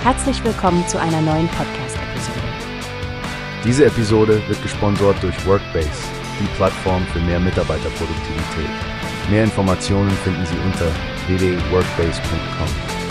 Herzlich willkommen zu einer neuen Podcast-Episode. Diese Episode wird gesponsert durch Workbase, die Plattform für mehr Mitarbeiterproduktivität. Mehr Informationen finden Sie unter www.workbase.com.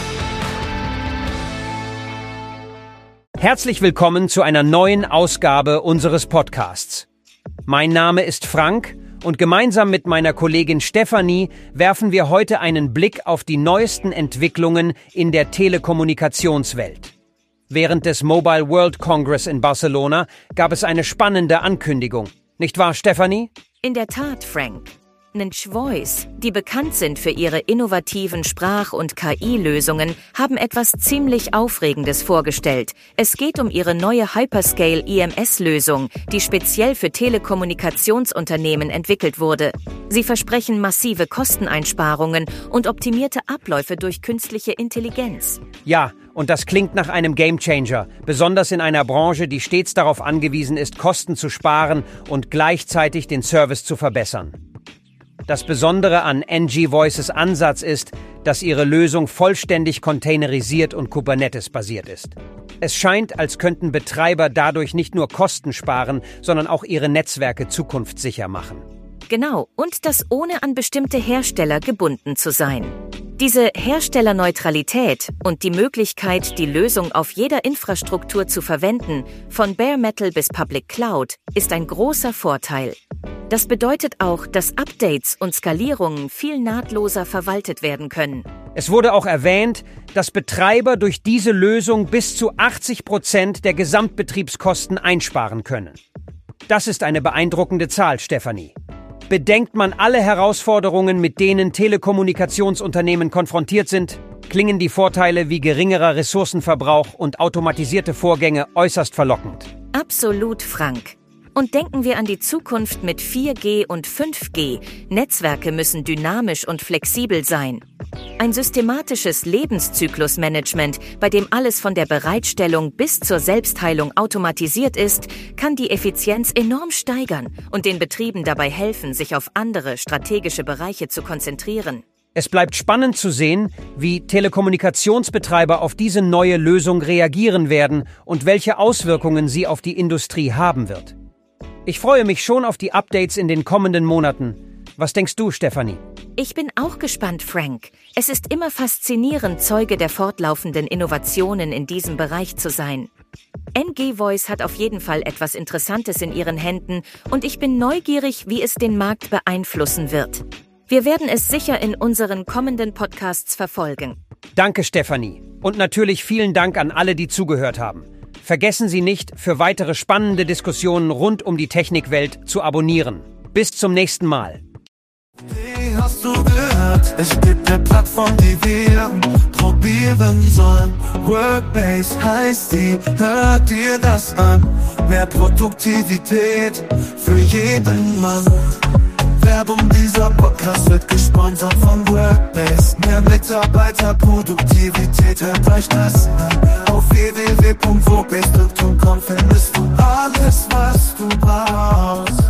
Herzlich willkommen zu einer neuen Ausgabe unseres Podcasts. Mein Name ist Frank und gemeinsam mit meiner Kollegin Stefanie werfen wir heute einen Blick auf die neuesten Entwicklungen in der Telekommunikationswelt. Während des Mobile World Congress in Barcelona gab es eine spannende Ankündigung. Nicht wahr, Stefanie? In der Tat, Frank. Ninja Voice, die bekannt sind für ihre innovativen Sprach- und KI-Lösungen, haben etwas ziemlich Aufregendes vorgestellt. Es geht um ihre neue Hyperscale IMS-Lösung, die speziell für Telekommunikationsunternehmen entwickelt wurde. Sie versprechen massive Kosteneinsparungen und optimierte Abläufe durch künstliche Intelligenz. Ja, und das klingt nach einem Gamechanger, besonders in einer Branche, die stets darauf angewiesen ist, Kosten zu sparen und gleichzeitig den Service zu verbessern. Das Besondere an NG Voices Ansatz ist, dass ihre Lösung vollständig containerisiert und Kubernetes-basiert ist. Es scheint, als könnten Betreiber dadurch nicht nur Kosten sparen, sondern auch ihre Netzwerke zukunftssicher machen. Genau, und das ohne an bestimmte Hersteller gebunden zu sein. Diese Herstellerneutralität und die Möglichkeit, die Lösung auf jeder Infrastruktur zu verwenden, von Bare Metal bis Public Cloud, ist ein großer Vorteil. Das bedeutet auch, dass Updates und Skalierungen viel nahtloser verwaltet werden können. Es wurde auch erwähnt, dass Betreiber durch diese Lösung bis zu 80% der Gesamtbetriebskosten einsparen können. Das ist eine beeindruckende Zahl, Stefanie. Bedenkt man alle Herausforderungen, mit denen Telekommunikationsunternehmen konfrontiert sind, klingen die Vorteile wie geringerer Ressourcenverbrauch und automatisierte Vorgänge äußerst verlockend. Absolut, Frank. Und denken wir an die Zukunft mit 4G und 5G. Netzwerke müssen dynamisch und flexibel sein. Ein systematisches Lebenszyklusmanagement, bei dem alles von der Bereitstellung bis zur Selbstheilung automatisiert ist, kann die Effizienz enorm steigern und den Betrieben dabei helfen, sich auf andere strategische Bereiche zu konzentrieren. Es bleibt spannend zu sehen, wie Telekommunikationsbetreiber auf diese neue Lösung reagieren werden und welche Auswirkungen sie auf die Industrie haben wird. Ich freue mich schon auf die Updates in den kommenden Monaten. Was denkst du, Stefanie? Ich bin auch gespannt, Frank. Es ist immer faszinierend, Zeuge der fortlaufenden Innovationen in diesem Bereich zu sein. NG Voice hat auf jeden Fall etwas Interessantes in ihren Händen und ich bin neugierig, wie es den Markt beeinflussen wird. Wir werden es sicher in unseren kommenden Podcasts verfolgen. Danke, Stefanie. Und natürlich vielen Dank an alle, die zugehört haben. Vergessen Sie nicht, für weitere spannende Diskussionen rund um die Technikwelt zu abonnieren. Bis zum nächsten Mal. Wie hast du gehört? Es gibt eine Plattform, die wir probieren sollen. Workbase heißt die, hört dir das an. Mehr Produktivität für jeden Mann. Werbung, dieser Podcast wird gesponsert von Workbase. Mehr Mitarbeiterproduktivität, hört euch das an. Auf www.workbase.com findest du alles, was du brauchst.